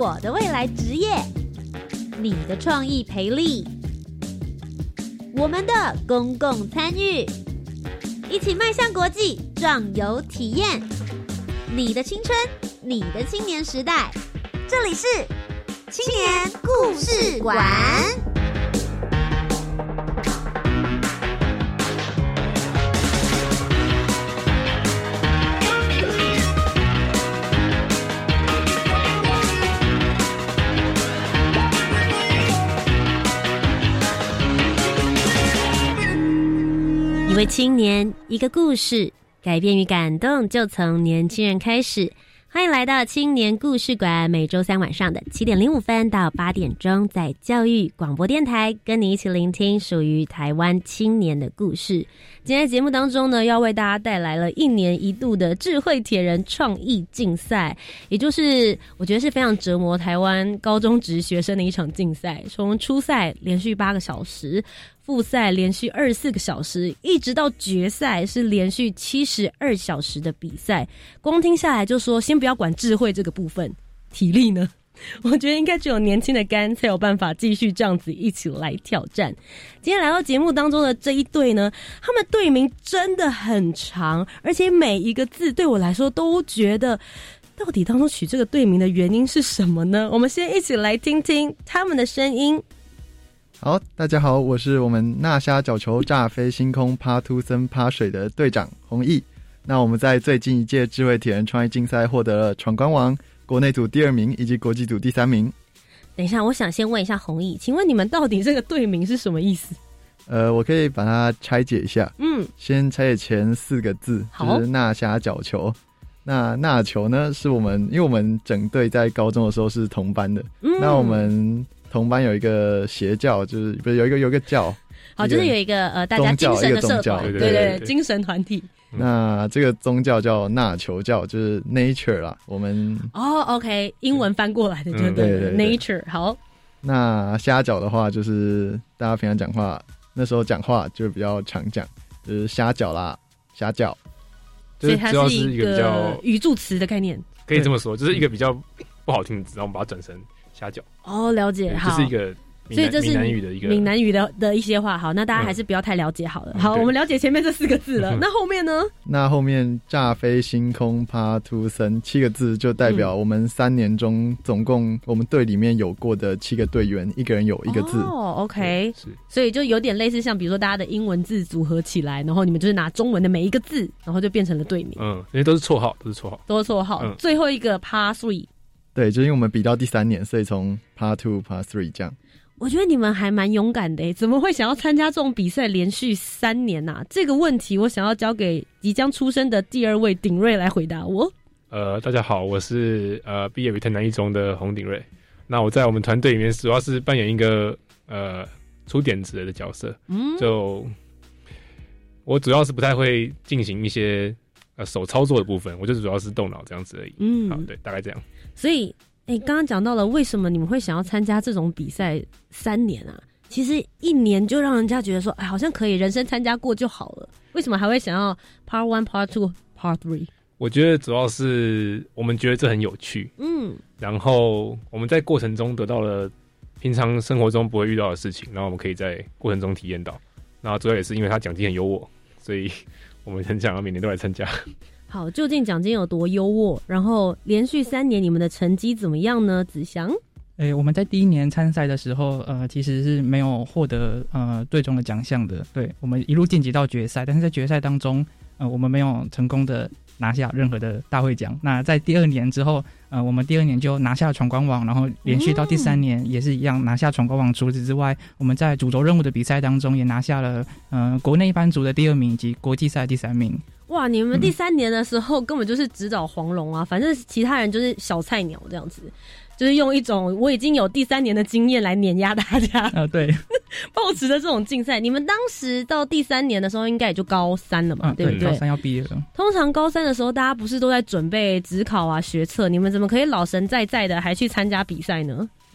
我的未来职业，你的创意培力，我们的公共参与，一起迈向国际，壮游体验。你的青春，你的青年时代，这里是青年故事馆。一位青年，一个故事，改变与感动就从年轻人开始。欢迎来到青年故事馆，每周三晚上的7点05分到8点钟，在教育广播电台跟你一起聆听属于台湾青年的故事。今天节目当中呢，要为大家带来了1年1度的智慧铁人创意竞赛，也就是我觉得是非常折磨台湾高中职学生的一场竞赛。从初赛连续8个小时，复赛连续24个小时，一直到决赛是连续72小时的比赛。光听下来就说先不要管智慧这个部分，体力呢，我觉得应该只有年轻的肝才有办法继续这样子一起来挑战。今天来到节目当中的这一队呢，他们队名真的很长，而且每一个字对我来说都觉得到底当初取这个队名的原因是什么呢？我们先一起来听听他们的声音。 好，大家好，我是我们纳虾角球炸飞星空趴秃森趴水的队长弘毅。那我们在最近一届智慧铁人创意竞赛获得了闯关王、国内组第2名以及国际组第3名。 等一下，我想先问一下弘毅，请问你们到底这个队名是什么意思？ 我可以把它拆解一下。先拆解前4个字，就是纳虾角球。那纳球呢，是我们因为我们整队在高中的时候是同班的，那我们同班有一个邪教，就是不是有一个教，好， 就是有一个大家精神的社团，对，精神团体。 那这个宗教叫纳球教，就是 nature 啦。我们 OK， 英文翻过来的，就对 nature。好， 那虾饺的话，就是大家平常讲话，那时候讲话就比较常讲，就是虾饺啦，虾饺。 所以它是一个比较语助词的概念， 可以这么说，就是一个比较不好听的字，然后我们把它转成虾饺。 了解，好， 这是一个所以这是闽南语的一个闽南语的一些话。好，那大家还是不要太了解好了。好，我们了解前面这4个字了。那后面呢？那后面炸飞星空趴秃森7个字，就代表我们3年中总共我们队里面有过的7个队员，一个人有1个字。 OK， 所以就有点类似像比如说大家的英文字组合起来，然后你们就是拿中文的每一个字，然后就变成了队名。 因为都是绰号，都是绰号。 最后一个 Part 3。 对，就是因为我们比到第3年，所以从 Part 2 Part 3这样。 我觉得你们还蛮勇敢的，怎么会想要参加这种比赛连续3年啊？这个问题我想要交给即将出生的第2位鼎瑞来回答我。 大家好，我是毕业于台南一中的洪鼎瑞。那我在我们团队里面主要是扮演一个出点子的角色。就我主要是不太会进行一些手操作的部分，我就主要是动脑这样子而已。好，对，大概这样。 所以刚刚讲到了为什么你们会想要参加这种比赛3年啊？其实1年就让人家觉得说，好像可以人生参加过就好了。为什么还会想要 Part 1 Part 2 Part 3？ 我觉得主要是我们觉得这很有趣，然后我们在过程中得到了平常生活中不会遇到的事情，然后我们可以在过程中体验到。然后主要也是因为他奖金很优渥，所以我们很想要每年都来参加。 好，究竟奖金有多优渥？然后连续3年你们的成绩怎么样呢？子祥， 我们在第1年参赛的时候，其实是没有获得队中的奖项的。对，我们一路晋级到决赛，但是在决赛当中，我们没有成功的拿下任何的大会奖。那在第2年之后，我们第2年就拿下闯关王，然后连续到第3年也是一样拿下闯关王。除此之外，我们在主轴任务的比赛当中也拿下了国内一般组的第2名以及国际赛第3名。 哇，你们第3年的时候根本就是直捣黄龙啊！反正其他人就是小菜鸟这样子，就是用一种我已经有第3年的经验来碾压大家。 对， 抱持的这种竞赛，你们当时到第3年的时候，应该也就高3了嘛，对不对？ 高3要毕业了。 通常高3的时候，大家不是都在准备指考啊、学测，你们怎么可以老神在在的还去参加比赛呢？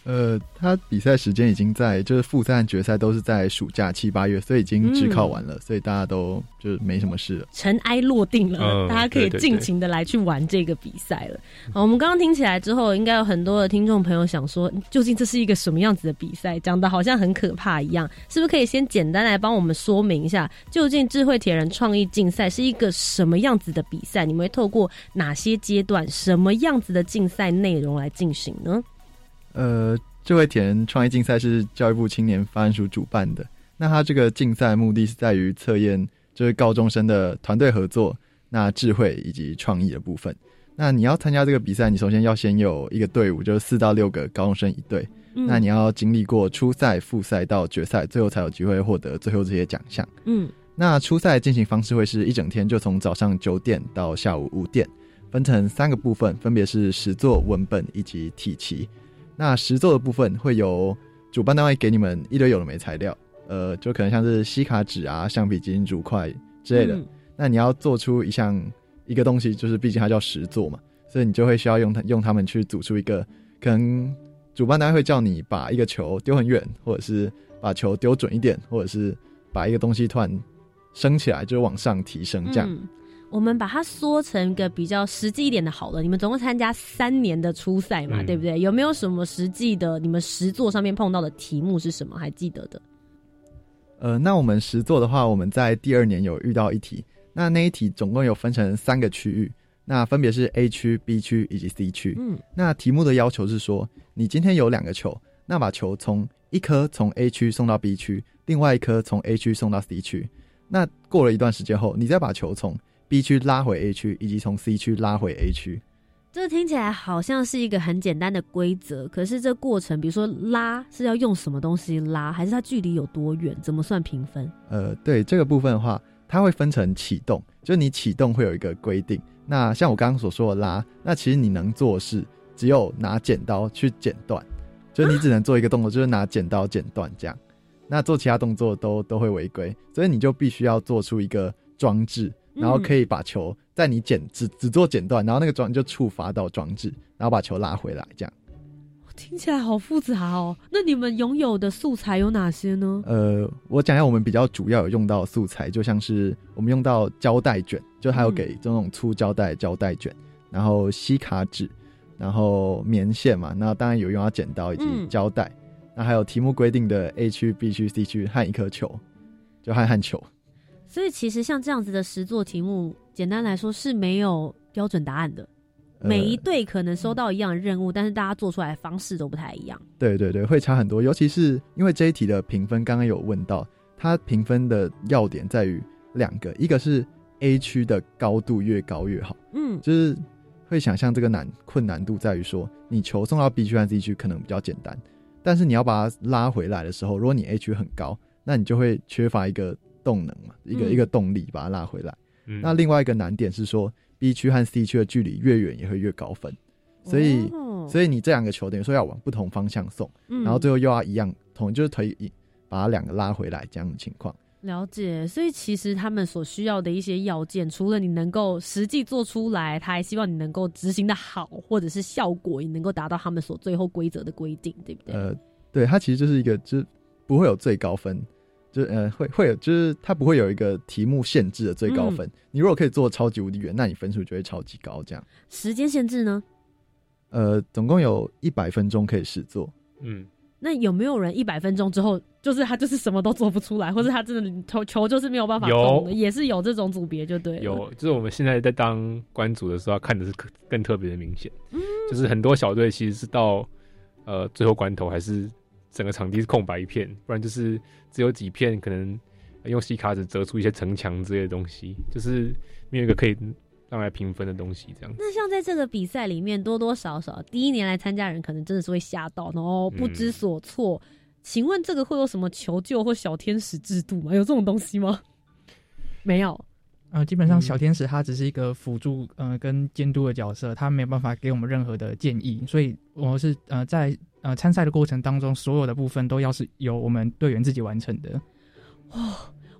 他比赛时间已经在，就是复赛和决赛都是在暑假7、8月，所以已经指考完了，所以大家都就是没什么事了， 尘埃落定了，大家可以尽情的来去玩这个比赛了。好，我们刚刚听起来之后，应该有很多的听众朋友想说，究竟这是一个什么样子的比赛？讲的好像很可怕一样，是不是可以先简单来帮我们说明一下，究竟智慧铁人创意竞赛是一个什么样子的比赛？你们会透过哪些阶段、什么样子的竞赛内容来进行呢？ 智慧铁人创意竞赛是教育部青年发展署主办的。那它这个竞赛目的是在于测验就是高中生的团队合作、那智慧以及创意的部分。那你要参加这个比赛，你首先要先有一个队伍，就是4到6个高中生一队。那你要经历过初赛、复赛到决赛，最后才有机会获得最后这些奖项。那初赛进行方式会是一整天，就从早上9点到下午5点，分成3个部分，分别是实作、文本以及体骑。那实作的部分会由主办单位给你们一堆有的没材料，就可能像是吸卡纸啊、橡皮筋、竹块之类的。那你要做出一个东西，就是毕竟它叫实作嘛，所以你就会需要用它们去组出一个，可能主办单位会叫你把一个球丢很远，或者是把球丢准一点，或者是把一个东西突然升起来，就是往上提升这样。 我们把它缩成一个比较实际一点的好了。你们总共参加3年的初赛嘛，对不对？有没有什么实际的你们实作上面碰到的题目是什么？还记得的？ 那我们实作的话，我们在第2年有遇到一题，那一题总共有分成3个区域，那分别是 A 区、B 区以及 C 区。那题目的要求是说，你今天有2个球，那把球一颗从 A 区送到 B 区，另外一颗从 A 区送到 C 区。那过了一段时间后，你再把球从B 区拉回 A 区，以及从 C 区拉回 A 区。 这听起来好像是一个很简单的规则，可是这过程，比如说拉是要用什么东西拉，还是它距离有多远，怎么算评分？ 对这个部分的话，它会分成启动，就是你启动会有一个规定。那像我刚刚所说的拉，那其实你能做的是只有拿剪刀去剪断，就是你只能做一个动作，就是拿剪刀剪断这样。那做其他动作都会违规，所以你就必须要做出一个装置，然后可以把球在你只做剪断，然后那个装就触发到装置，然后把球拉回来这样。 听起来好复杂哦。那你们拥有的素材有哪些呢？ 我讲一下我们比较主要有用到的素材，就像是我们用到胶带卷，就还有给这种粗胶带卷，然后吸卡纸，然后棉线嘛，那当然有用到剪刀以及胶带，那还有题目规定的 A 区、B 区、C 区和一颗球，就和球。 所以其实像这样子的实作题目，简单来说是没有标准答案的。每一队可能收到一样的任务，但是大家做出来的方式都不太一样。对对对，会差很多。尤其是因为这一题的评分，刚刚有问到，它评分的要点在于2个，一个是 A 区的高度越高越好，就是会想象这个困难度在于说，你球送到 B 区和 C 区可能比较简单，但是你要把它拉回来的时候，如果你 A 区很高，那你就会缺乏一个动能嘛，一个动力把它拉回来。那另外一个难点是说，B 区和 C 区的距离越远也会越高分，所以你这2个球等于说要往不同方向送，然后最后又要一样就是把它2个拉回来这样的情况。 了解，所以其实他们所需要的一些要件，除了你能够实际做出来，他还希望你能够执行的好，或者是效果也能够达到他们所最后规则的规定，对不对？ 对，它其实就是一个就是不会有最高分。会有，就是它不会有一个题目限制的最高分。你如果可以做超级无敌远，那你分数就会超级高。这样时间限制呢？ 总共有100分钟可以实作。 那有没有人100分钟之后，就是他就是什么都做不出来，或是他真的球就是没有办法动的？也是有这种组别就对了。 有，就是我们现在在当关组的时候，看的是更特别的明显。就是很多小队其实是到最后关头还是。整个场地是空白一片，不然就是只有几片可能用吸卡纸折出一些城墙之类的东西，就是没有一个可以让来评分的东西这样。 那像在这个比赛里面，多多少少第1年来参加人可能真的是会吓到，然后不知所措。请问这个会有什么求救或小天使制度吗？有这种东西吗？没有。 基本上小天使它只是一个辅助跟监督的角色，它没有办法给我们任何的建议，所以我是在参赛的过程当中，所有的部分都要是由我们队员自己完成的。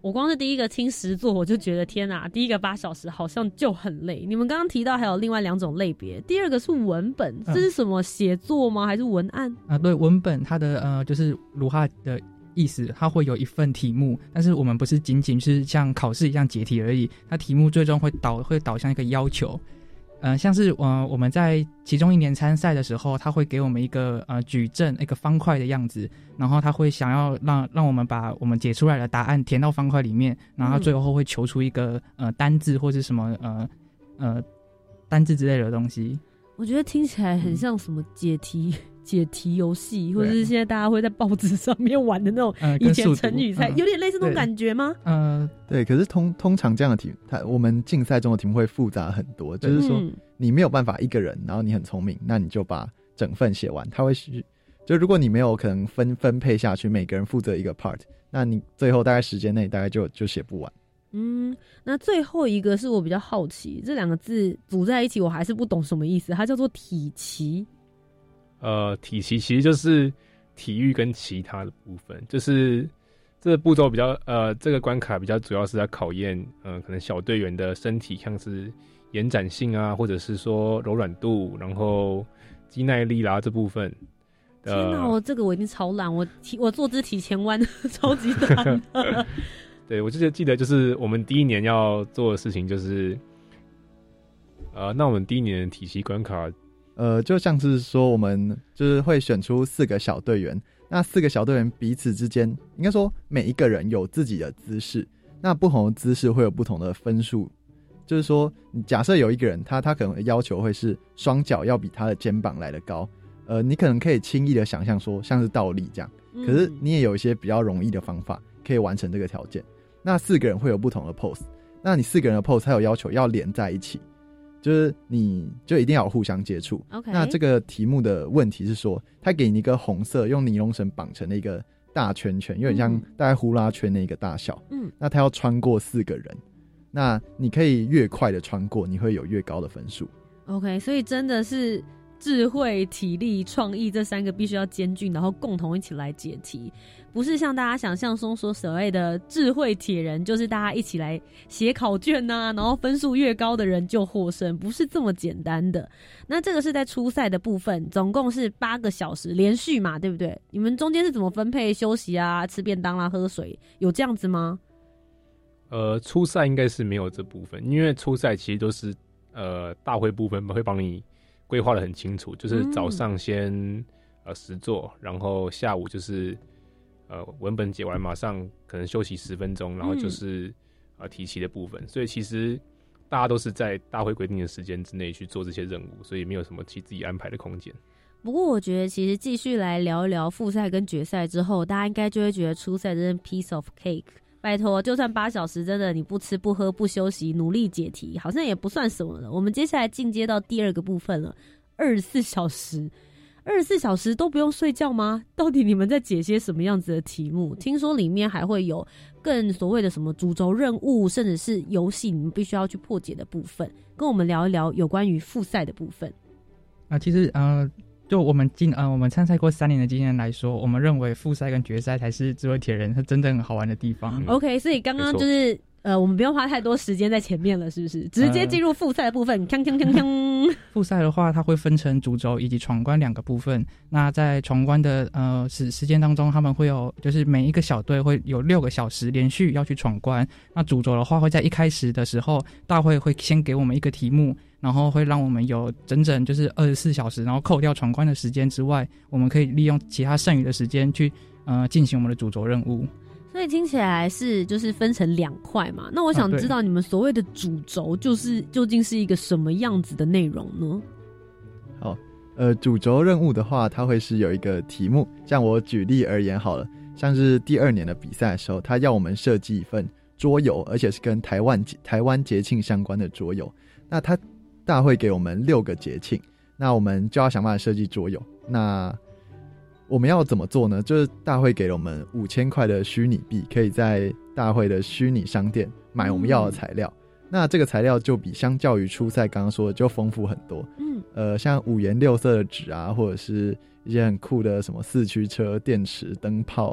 我光是第一个听实作，我就觉得天哪，第一个8小时好像就很累。你们刚刚提到还有另外2种类别，第二个是文本，这是什么写作吗？还是文案？ 对，文本它的就是如哈的意思，它会有一份题目，但是我们不是仅仅是像考试一样解题而已，它题目最终会导向一个要求。像是我们在其中1年参赛的时候，他会给我们一个矩阵，一个方块的样子，然后他会想要让我们把我们解出来的答案填到方块里面，然后他最后会求出一个单字或是什么单字之类的东西。 我觉得听起来很像什么解题游戏，或者是现在大家会在报纸上面玩的那种以前成语赛，有点类似那种感觉吗？ 对。可是通常这样的题，我们竞赛中的题目会复杂很多，就是说你没有办法一个人，然后你很聪明，那你就把整份写完。他会就如果你没有可能分配下去，每个人负责一个 part， 那你最后大概时间内大概就写不完。 那最后一个是我比较好奇，这2个字组在一起，我还是不懂什么意思。它叫做体期。 体期其实就是体育跟其他的部分，就是这个步骤比较这个关卡比较主要是在考验可能小队员的身体，像是延展性啊，或者是说柔软度，然后肌耐力啦这部分。 天哪，这个我一定超烂，我坐姿体前弯超级烂。 对，我记得就是我们第1年要做的事情就是，那我们第1年的体系关卡， 就像是说我们就是会选出4个小队员，那4个小队员彼此之间，应该说每一个人有自己的姿势，那不同的姿势会有不同的分数。就是说，假设有一个人他可能要求会是双脚要比他的肩膀来得高，你可能可以轻易的想象说像是倒立这样，可是你也有一些比较容易的方法可以完成这个条件。那4个人会有不同的 pose， 那你4个人的 pose 它有要求要连在一起，就是你就一定要互相接触。 Okay. 那这个题目的问题是说，他给你一个红色用尼龙绳绑成的一个大圈圈，有点像大概呼啦圈的一个大小。那他要穿过4个人，那你可以越快的穿过，你会有越高的分数。 OK， 所以真的是智慧、体力、创意这3个必须要兼具，然后共同一起来解题，不是像大家想象中所谓的智慧铁人，就是大家一起来写考卷啊，然后分数越高的人就获胜，不是这么简单的。那这个是在初赛的部分，总共是8个小时连续嘛，对不对？你们中间是怎么分配休息啊、吃便当啦、喝水，有这样子吗？ 初赛应该是没有这部分，因为初赛其实都是大会部分会帮你规划的很清楚，就是早上先实作，然后下午就是文本解完马上可能休息10分钟，然后就是题期的部分。所以其实大家都是在大会规定的时间之内去做这些任务，所以没有什么自己安排的空间。 不过我觉得其实继续来聊一聊复赛跟决赛之后，大家应该就会觉得初赛真是 piece of cake。拜托，就算8小时，真的你不吃不喝不休息，努力解题，好像也不算什么了。我们接下来进阶到第2个部分了，24小时。24小时都不用睡觉吗？到底你们在解些什么样子的题目？听说里面还会有更所谓的什么主轴任务，甚至是游戏，你们必须要去破解的部分。跟我们聊一聊有关于复赛的部分。 其实就我们参赛过3年的经验来说，我们认为复赛跟决赛才是智慧铁人它真正好玩的地方。 OK， 所以刚刚就是我们不用花太多时间在前面了，是不是？直接进入复赛的部分，锵锵锵锵。 复赛的话，它会分成主轴以及闯关2个部分。那在闯关的时间当中，他们会有就是每一个小队会有6个小时连续要去闯关。那主轴的话，会在一开始的时候，大会会先给我们一个题目，然后会让我们有整就是24小时，然后扣掉闯关的时间之外，我们可以利用其他剩余的时间去进行我们的主轴任务。 所以听起来就是分成2块嘛。那我想知道你们所谓的主轴究竟是一个什么样子的内容呢？ 好，主轴任务的话，它会是有一个题目，像我举例而言好了，像是第2年的比赛的时候，他要我们设计一份桌游，而且是跟台湾节庆相关的桌游。那他大会给我们6个节庆，那我们就要想办法设计桌游。那我们要怎么做呢？就是大会给了我们5000块的虚拟币，可以在大会的虚拟商店买我们要的材料。那这个材料就比相较于初赛刚刚说的就丰富很多。像5颜6色的纸啊，或者是一些很酷的什么4驱车、电池、灯泡，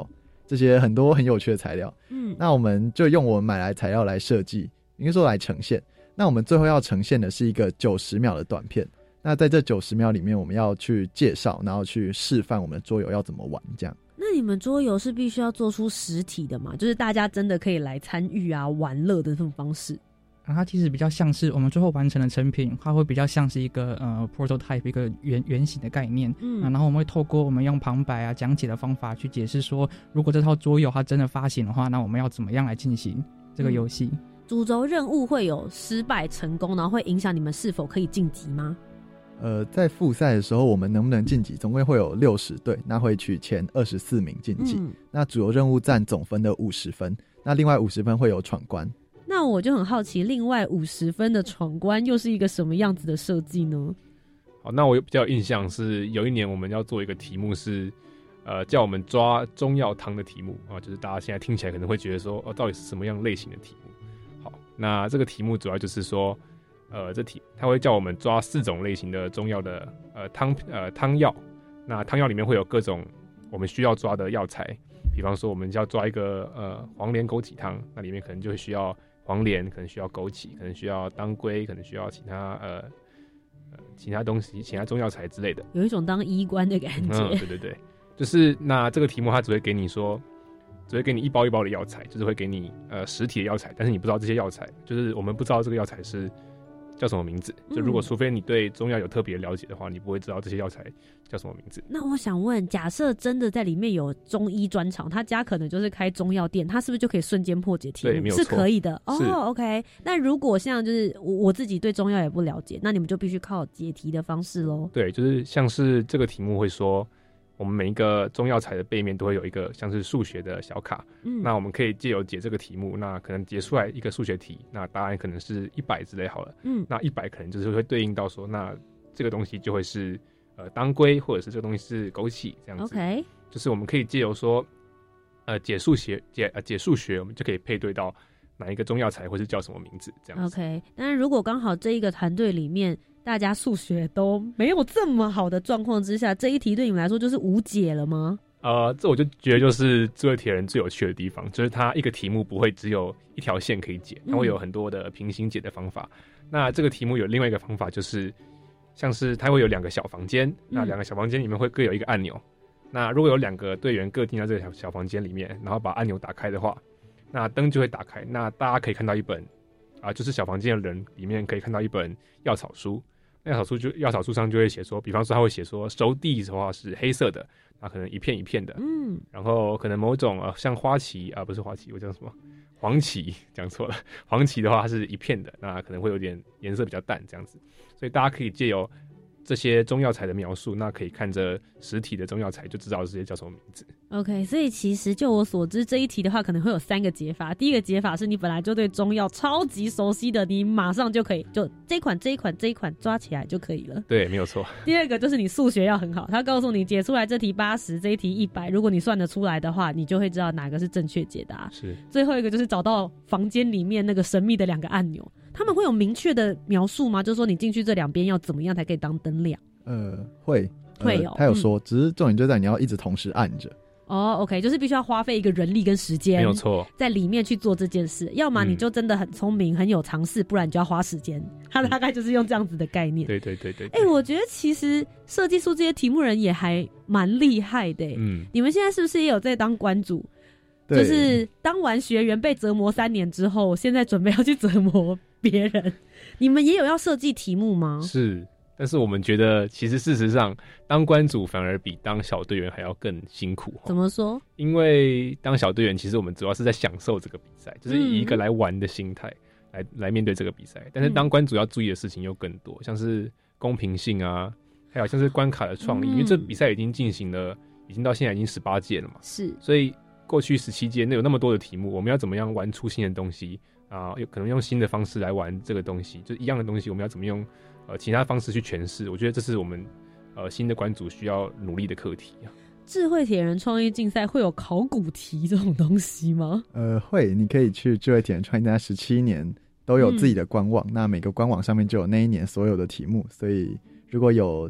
这些很多很有趣的材料。那我们就用我们买来材料来设计，应该说来呈现。那我们最后要呈现的是一个90秒的短片。那在这90秒里面，我们要去介绍，然后去示范我们的桌游要怎么玩，这样。 那你们桌游是必须要做出实体的吗？就是大家真的可以来参与啊、玩乐的这种方式？ 它其实比较像是我们最后完成的成品，它会比较像是一个prototype， 一个原型的概念。然后我们会透过我们用旁白啊讲解的方法去解释说，如果这套桌游它真的发行的话，那我们要怎么样来进行这个游戏。 主轴任务会有失败成功，然后会影响你们是否可以晋级吗？ 在复赛的时候，我们能不能晋级，总共会有60队，那会取前24名晋级。那主游任务占总分的50分，那另外50分会有闯关。 那我就很好奇，另外50分的闯关又是一个什么样子的设计呢？ 好，那我比较有印象是有一年我们要做一个题目是，叫我们抓中药汤的题目啊，就是大家现在听起来可能会觉得说，到底是什么样类型的题目？好，那这个题目主要就是说，它会叫我们抓4种类型的中药的汤药，那汤药里面会有各种我们需要抓的药材，比方说我们要抓一个黄连枸杞汤，那里面可能就会需要黄连，可能需要枸杞，可能需要当归，可能需要其他东西，其他中药材之类的， 有一种当医官的感觉。 对对对，就是那这个题目它只会给你一包一包的药材，就是会给你实体的药材，但是你不知道这些药材，就是我们不知道这个药材是叫什么名字。就如果除非你对中药有特别了解的话，你不会知道这些药材叫什么名字。 那我想问，假设真的在里面有中医专场，他家可能就是开中药店，他是不是就可以瞬间破解题目？ 对，没有错， 是可以的。OK。那如果像就是我自己对中药也不了解，那你们就必须靠解题的方式咯。 对，就是像是这个题目会说，我们每一个中药材的背面都会有一个像是数学的小卡，那我们可以借由解这个题目，那可能解出来一个数学题，那答案可能是100之类好了，那100可能就是会对应到说，那这个东西就会是当归，或者是这个东西是枸杞这样子。 OK， 就是我们可以借由说解数学，我们就可以配对到哪一个中药材或是叫什么名字这样子。 OK， 但是如果刚好这一个团队里面大家数学都没有这么好的状况之下，这一题对你们来说就是无解了吗？ 这我就觉得就是智慧铁人最有趣的地方，就是它一个题目不会只有一条线可以解，它会有很多的平行解的方法。那这个题目有另外一个方法，就是像是它会有2个小房间，那2个小房间里面会各有一个按钮。那如果有2个队员各进到这个小房间里面，然后把按钮打开的话，那灯就会打开，那大家可以看到一本就是小房间的人里面可以看到一本药草书。那药草书上就会写说，比方说他会写说熟地的话是黑色的，那可能一片一片的，然后可能某种像花旗不是花旗，我讲什么黄旗，讲错了，黄旗的话它是一片的，那可能会有点颜色比较淡这样子，所以大家可以借由这些中药材的描述，那可以看着实体的中药材就知道这些叫什么名字。 OK， 所以其实就我所知，这一题的话可能会有3个解法。第一个解法是你本来就对中药超级熟悉的，你马上就可以就这一款抓起来就可以了。 对，没有错。 第二个就是你数学要很好，他告诉你解出来这题80，这一题100，如果你算得出来的话，你就会知道哪个是正确解答。 是。最后一个就是找到房间里面那个神秘的2个按钮，他们会有明确的描述吗？就是说你进去这2边要怎么样才可以当灯亮？ 会他有说，只是重点就在你要一直同时按着。 OK， 就是必须要花费一个人力跟时间， 没有错， 在里面去做这件事。要么你就真的很聪明，很有尝试，不然你就要花时间。他大概就是用这样子的概念。 对。 我觉得其实设计出这些题目人也还蛮厉害的。你们现在是不是也有在当关主？就是当完学员被折磨3年之后，现在准备要去折磨别人。你们也有要设计题目吗？ 是。但是我们觉得，其实事实上，当关主反而比当小队员还要更辛苦。 怎么说？ 因为当小队员，其实我们主要是在享受这个比赛，就是以一个来玩的心态来面对这个比赛。但是当关主要注意的事情又更多，像是公平性啊，还有像是关卡的创意。因为这比赛已经进行了，已经到现在已经18届了嘛。 是。所以过去17届有那么多的题目，我们要怎么样玩出新的东西有可能用新的方式来玩这个东西，就一样的东西，我们要怎么用其他方式去诠释？我觉得这是我们新的关主需要努力的课题啊。 智慧铁人创意竞赛会有考古题这种东西吗？ 会，你可以去智慧铁人创意竞赛17年都有自己的官网，那每个官网上面就有那一年所有的题目，所以如果有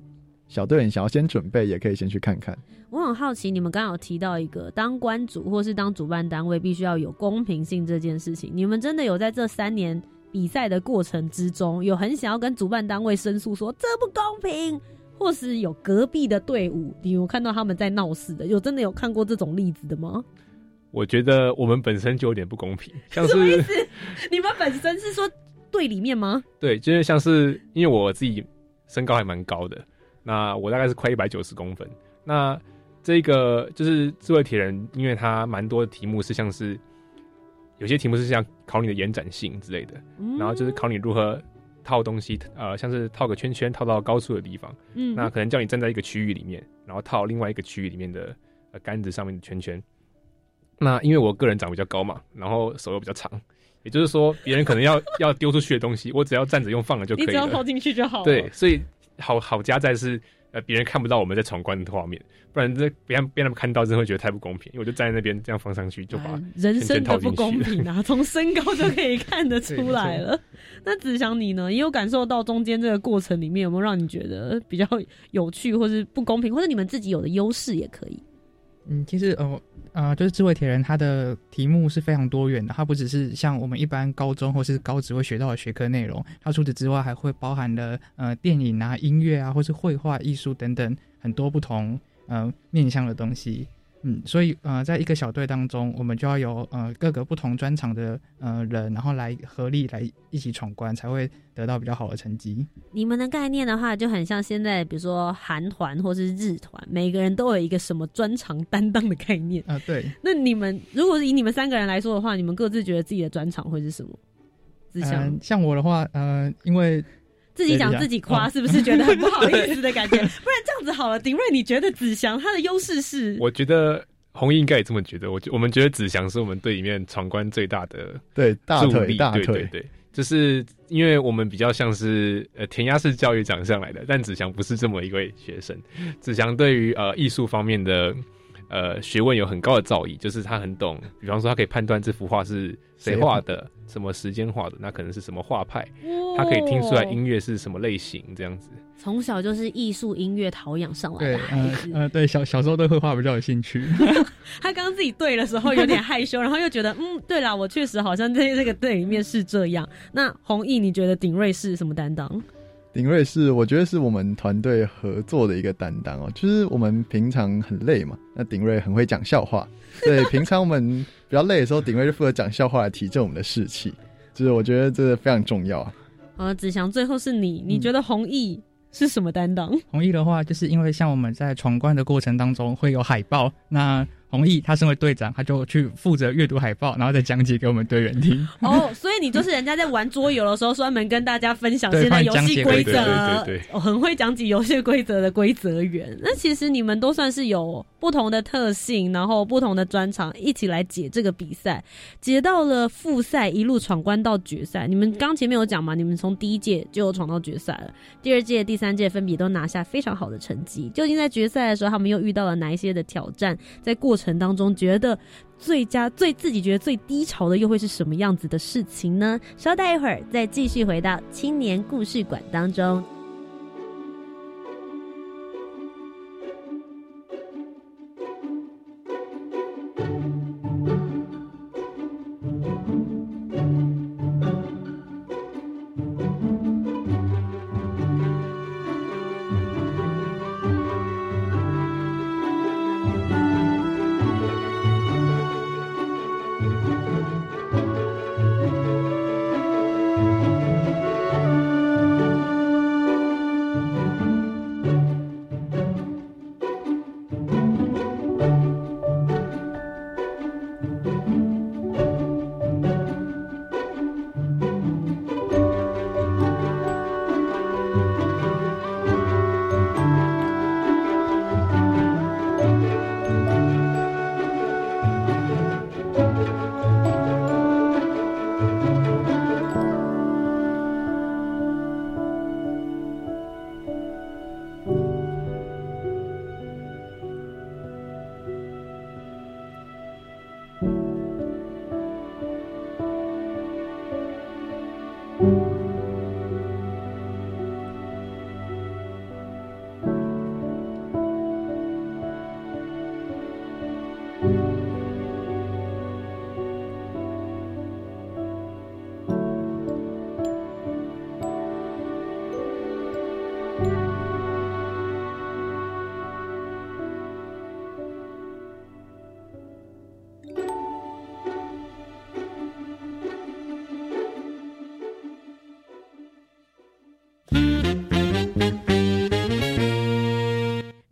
小队员想要先准备，也可以先去看看。 我很好奇，你们刚刚有提到一个当关主或是当主办单位必须要有公平性这件事情，你们真的有在这3年比赛的过程之中，有很想要跟主办单位申诉说这不公平，或是有隔壁的队伍你有看到他们在闹事的，真的有看过这种例子的吗？ 我觉得我们本身就有点不公平，像是什么意思？你们本身是说队里面吗？ 对，就是像是因为我自己身高还蛮高的，那我大概是快190公分，那这个就是智慧铁人，因为它蛮多的题目是像是有些题目是像考你的延展性之类的，然后就是考你如何套东西，像是套个圈圈套到高处的地方，那可能叫你站在一个区域里面，然后套另外一个区域里面的杆子上面的圈圈。那因为我个人长比较高嘛，然后手又比较长，也就是说别人可能要丢出去的东西，我只要站着用放了就可以了， 你只要投进去就好了。 对，所以好加在是别人看不到我们在闯关的画面，不然这别让他们看到，真的会觉得太不公平。因为我就站在那边这样放上去，就把人生的不公平啊，从身高就可以看得出来了。那子祥你呢？也有感受到中间这个过程里面有没有让你觉得比较有趣，或是不公平，或者你们自己有的优势也可以？ 其实就是智慧铁人它的题目是非常多元的，它不只是像我们一般高中或是高职会学到的学科内容，它除此之外还会包含了电影啊、音乐啊，或是绘画、艺术等等很多不同面向的东西。所以在一个小队当中，我们就要有各个不同专长的人，然后来合力来一起闯关，才会得到比较好的成绩。 你们的概念的话，就很像现在比如说韩团或是日团，每个人都有一个什么专长担当的概念对。 那你们如果是以你们3个人来说的话，你们各自觉得自己的专长会是什么？ 像我的话，因为自己讲自己夸，是不是觉得很不好意思的感觉？不然这样子好了，鼎瑞，你觉得子祥他的优势是？ 我觉得弘毅应该也这么觉得。我们觉得子祥是我们队里面闯关最大的大腿， 对，就是因为我们比较像是填鸭式教育长上来的，但子祥不是这么一位学生。子祥对于艺术方面的学问有很高的造诣，就是他很懂，比方说他可以判断这幅画是谁画的，什么时间画的，那可能是什么画派，他可以听出来音乐是什么类型，这样子。 从小就是艺术音乐陶养上来的孩子。 对，小时候对绘画比较有兴趣。 他刚刚自己对的时候有点害羞，然后又觉得对啦，我确实好像在这个队里面是这样。那弘毅，你觉得鼎瑞是什么担当？ 鼎瑞是我觉得是我们团队合作的一个担当哦，就是我们平常很累嘛，那鼎瑞很会讲笑话，对，平常我们比较累的时候，鼎瑞就负责讲笑话来提振我们的士气，就是我觉得这个非常重要啊。 子祥，最后是你觉得弘毅是什么担当？ 弘毅的话，就是因为像我们在闯关的过程当中会有海报，那弘毅他身为队长，他就去负责阅读海报，然后再讲解给我们队员听。 所以你就是人家在玩桌游的时候，专门跟大家分享现在游戏规则，很会讲解游戏规则的规则员。那其实你们都算是有不同的特性，然后不同的专长，一起来解这个比赛，解到了复赛，一路闯关到决赛。你们刚前面有讲嘛，你们从第1届就有闯到决赛了，第2届、第3届分别都拿下非常好的成绩。究竟在决赛的时候，他们又遇到了哪一些的挑战？在过程当中觉得自己觉得最低潮的又会是什么样子的事情呢？稍待一会儿再继续回到青年故事馆当中。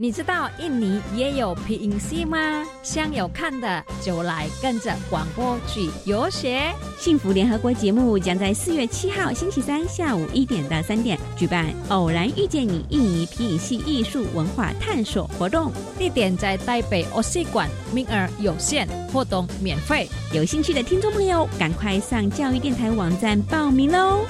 你知道印尼也有皮影戏吗？想有看的就来跟着广播去游学。 幸福联合国节目将在4月7号星期三下午1点到3点举办偶然遇见你印尼皮影戏艺术文化探索活动， 地点在台北欧戏馆，名额有限，活动免费。 有兴趣的听众朋友赶快上教育电台网站报名咯。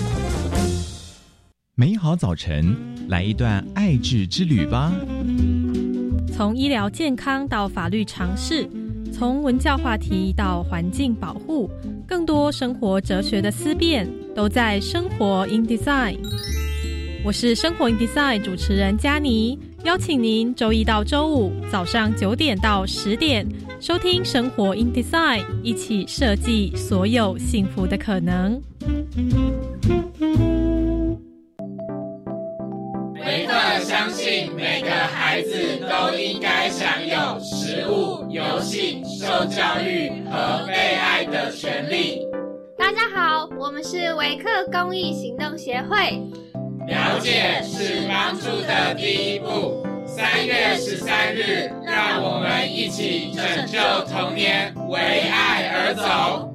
美好早晨，来一段爱智之旅吧。 从医疗健康到法律常识，从文教话题到环境保护，更多生活哲学的思辨都在生活 in Design。 我是生活 in Design 主持人嘉妮，邀请您周一到周五早上9点到10点收听生活 in Design， 一起设计所有幸福的可能。 维特相信每个孩子都应该享有食物、游戏、受教育和被爱的权利。 大家好，我们是维克公益行动协会。 了解是帮助的第一步。3月13日，让我们一起拯救童年，为爱而走。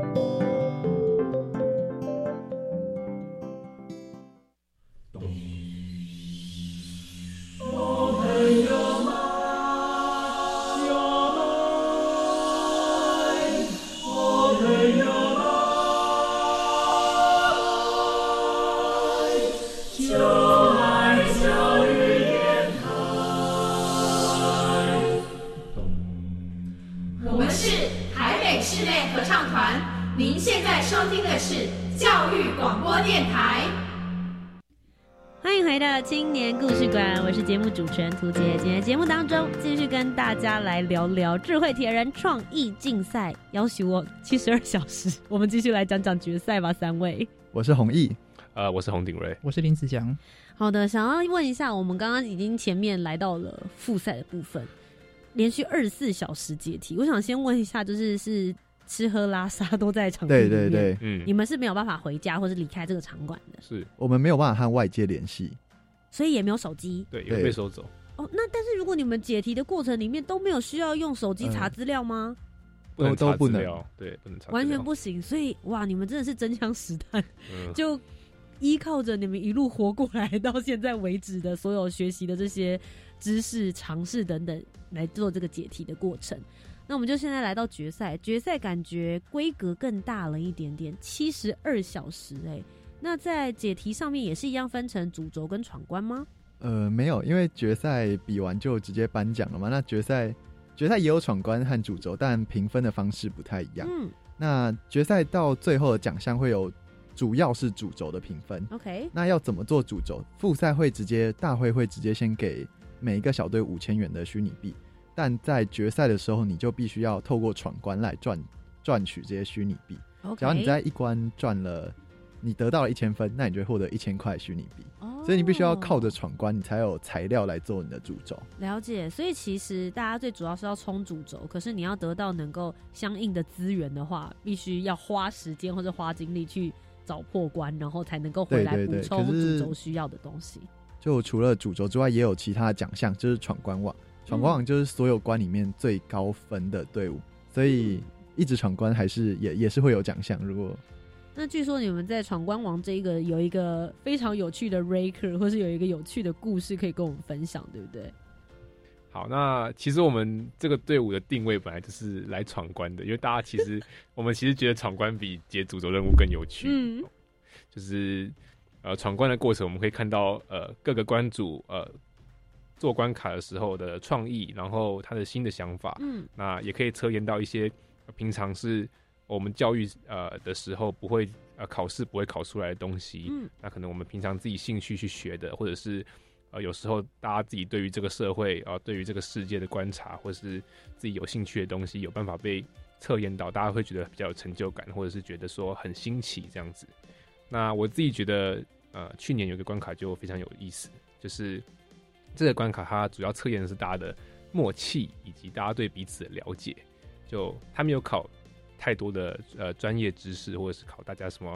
您现在收听的是教育广播电台。 欢迎回到青年故事馆，我是节目主持人涂杰。今天节目当中继续跟大家来聊聊智慧铁人创意竞赛，要求我72小时。我们继续来讲讲决赛吧，3位。 我是弘毅， 我是洪鼎瑞， 我是林子祥。 好的，想要问一下，我们刚刚已经前面来到了复赛的部分，连续24小时解题。我想先问一下，是吃喝拉撒都在场地里面， 对， 你们是没有办法回家或是离开这个场馆的。 是我们没有办法和外界联系， 所以也没有手机。 对，也被收走。 哦，那但是如果你们解题的过程里面都没有需要用手机查资料吗？ 不能查资料， 对， 不能查资料， 完全不行。所以哇，你们真的是真枪实弹，就依靠着你们一路活过来到现在为止的所有学习的这些知识、常识等等，来做这个解题的过程。那我们就现在来到决赛，决赛感觉规格更大了一点点，72小时那在解题上面也是一样分成主轴跟闯关吗？ 没有，因为决赛比完就直接颁奖了嘛。那决赛也有闯关和主轴，但评分的方式不太一样。那决赛到最后的奖项会有主要是主轴的评分。 OK， 那要怎么做主轴？复赛大会会直接先给每一个小队5000元的虚拟币。但在决赛的时候，你就必须要透过闯关来赚取这些虚拟币。只要你在一关赚了，你得到了1000分，那你就会获得1000块虚拟币。所以你必须要靠着闯关，你才有材料来做你的主轴。 了解，所以其实大家最主要是要冲主轴，可是你要得到能够相应的资源的话，必须要花时间或者花精力去找破关，然后才能够回来补充主轴需要的东西。 就除了主轴之外，也有其他的奖项，就是闯关网。闯关网就是所有关里面最高分的队伍，所以一直闯关还是也是会有奖项。如果那据说你们在闯关王这个有一个非常有趣的 Raker， 或是有一个有趣的故事可以跟我们分享，对不对？ 好，那其实我们这个队伍的定位本来就是来闯关的，因为大家我们其实觉得闯关比解主轴任务更有趣。就是闯关的过程，我们可以看到各个关主做关卡的时候的创意，然后他的新的想法，那也可以测验到一些平常是我们教育的时候不会考试不会考出来的东西，那可能我们平常自己兴趣去学的，或者是有时候大家自己对于这个社会对于这个世界的观察，或者是自己有兴趣的东西，有办法被测验到，大家会觉得比较有成就感，或者是觉得说很新奇这样子。那我自己觉得去年有一个关卡就非常有意思，就是这个关卡它主要测验的是大家的默契以及大家对彼此的了解，就他没有考太多的专业知识，或者是考大家什么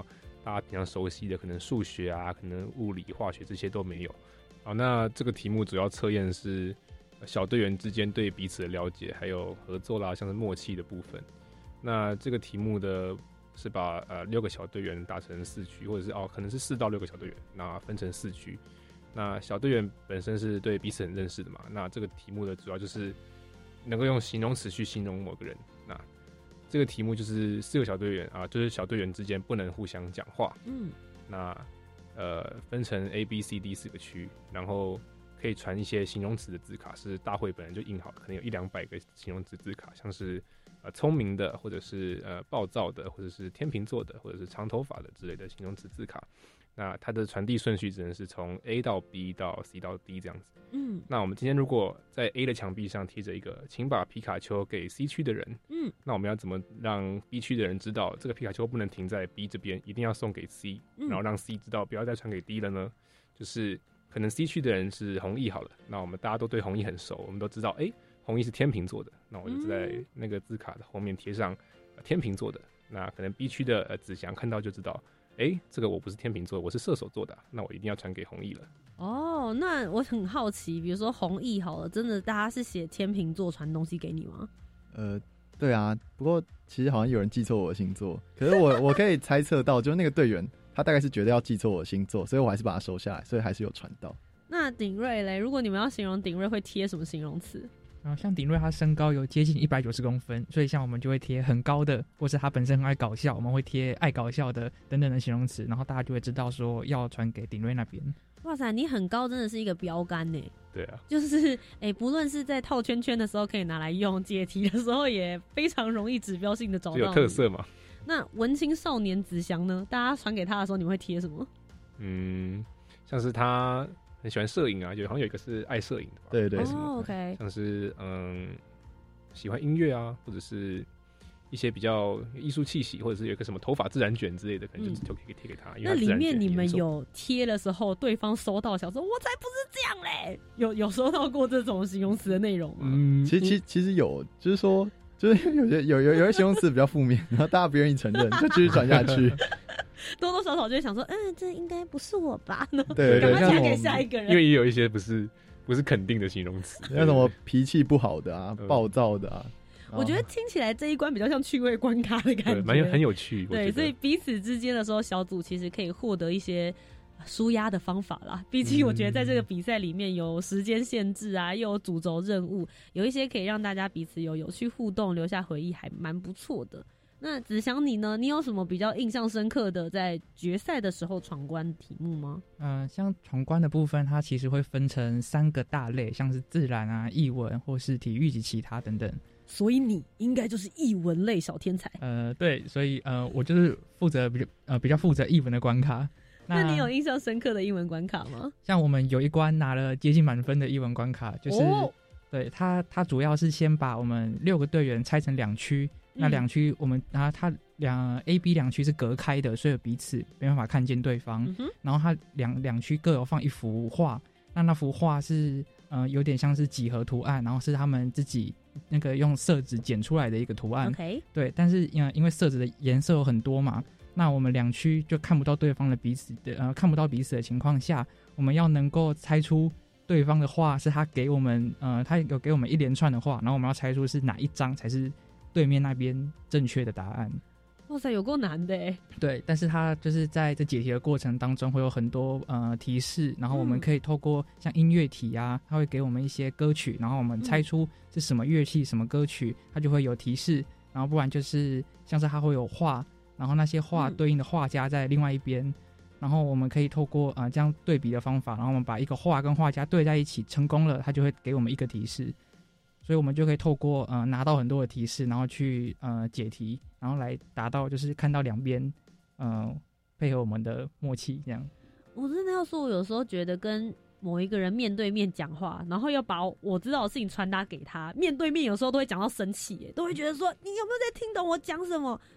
大家平常熟悉的，可能数学啊，可能物理、化学这些都没有。好，那这个题目主要测验是小队员之间对彼此的了解，还有合作啦，像是默契的部分。那这个题目的是把6个小队员打成4区，或者是可能是4到6个小队员，那分成4区。那小队员本身是对彼此很认识的嘛，那这个题目的主要就是能够用形容词去形容某个人。那这个题目就是4个小队员就是小队员之间不能互相讲话。那分成 A、B、C、D 4个区，然后可以传一些形容词的字卡，是大会本来就印好的，可能有100-200个形容词字卡，像是聪明的，或者是暴躁的，或者是天秤座的，或者是长头发的之类的形容词字卡。那它的传递顺序只能是从 A 到 B 到 C 到 D 这样子。那我们今天如果在 A 的墙壁上贴着一个请把皮卡丘给 C 区的人，那我们要怎么让 B 区的人知道这个皮卡丘不能停在 B 这边，一定要送给 C，然后让 C 知道不要再传给 D 了呢？就是可能 C 区的人是弘毅好了，那我们大家都对弘毅很熟，我们都知道弘毅是天秤座的，那我就在那个字卡的后面贴上天秤座的。那可能 B 区的子祥看到就知道，这个我不是天秤座，我是射手座的，那我一定要传给弘毅了。 那我很好奇，比如说弘毅好了，真的大家是写天秤座传东西给你吗？ 对啊，不过其实好像有人记错我的星座，可是我可以猜测到，就是那个队员他大概是觉得要记错我的星座，所以我还是把它收下来，所以还是有传到。 那鼎瑞嘞，如果你们要形容鼎瑞，会贴什么形容词？ 像鼎瑞他身高有接近190公分，所以像我们就会贴很高的，或是他本身很爱搞笑，我们会贴爱搞笑的等等的形容词，然后大家就会知道说要传给鼎瑞那边。 哇塞，你很高真的是一个标杆耶。 对啊， 就是不论是在套圈圈的时候可以拿来用，解题的时候也非常容易指标性的找到你， 有特色嘛。 那文青少年子祥呢？大家传给他的时候你会贴什么？ 像是他很喜欢摄影啊，好像有一个是爱摄影的吧？ 对对 ，OK， 像是喜欢音乐啊，或者是一些比较艺术气息，或者是有一个什么头发自然卷之类的，可能就可以贴给他。 那里面你们有贴的时候，对方收到想说我才不是这样嘞，有收到过这种形容词的内容吗？ 其实有，就是说，就是有些形容词比较负面，然后大家不愿意承认，就继续传下去。 多多少少就会想说，这应该不是我吧？ 对， 赶快传给下一个人。 因为也有一些不是肯定的形容词， 那什么脾气不好的啊，暴躁的啊。 我觉得听起来这一关比较像趣味关卡的感觉， 很有趣。 对，所以彼此之间的时候，小组其实可以获得一些抒压的方法啦。毕竟我觉得在这个比赛里面有时间限制啊，又有主轴任务，有一些可以让大家彼此有趣互动，留下回忆，还蛮不错的。那子祥你呢？你有什么比较印象深刻的在决赛的时候闯关题目吗？ 像闯关的部分，它其实会分成3个大类，像是自然啊、艺文或是体育及其他等等。 所以你应该就是艺文类小天才。 对，所以我就是负责比较负责艺文的关卡。 那你有印象深刻的艺文关卡吗？ 像我们有一关拿了接近满分的艺文关卡，就是对它主要是先把我们6个队员拆成2区。那2区我们它A、B 2区是隔开的，所以彼此没办法看见对方。然后它两区各有放一幅画，那幅画是有点像是几何图案，然后是他们自己那个用色纸剪出来的一个图案。 Okay. 对，但是因为色纸的颜色有很多嘛，那我们2区就看不到对方的看不到彼此的情况下，我们要能够猜出对方的画是他给我们他有给我们一连串的画，然后我们要猜出是哪一张才是对面那边正确的答案。 哇塞，有够难的耶。 对，但是它就是在这解题的过程当中会有很多提示，然后我们可以透过像音乐题啊，它会给我们一些歌曲，然后我们猜出是什么乐器什么歌曲，它就会有提示。然后不然就是像是它会有画，然后那些画对应的画家在另外一边，然后我们可以透过这样对比的方法，然后我们把一个画跟画家对在一起，成功了，它就会给我们一个提示。所以我们就可以透过拿到很多的提示，然后去解题，然后来达到就是看到2边配合我们的默契这样。 我真的要说，我有时候觉得跟某一个人面对面讲话，然后要把我知道的事情传达给他，面对面有时候都会讲到生气耶，都会觉得说你有没有在听懂我讲什么？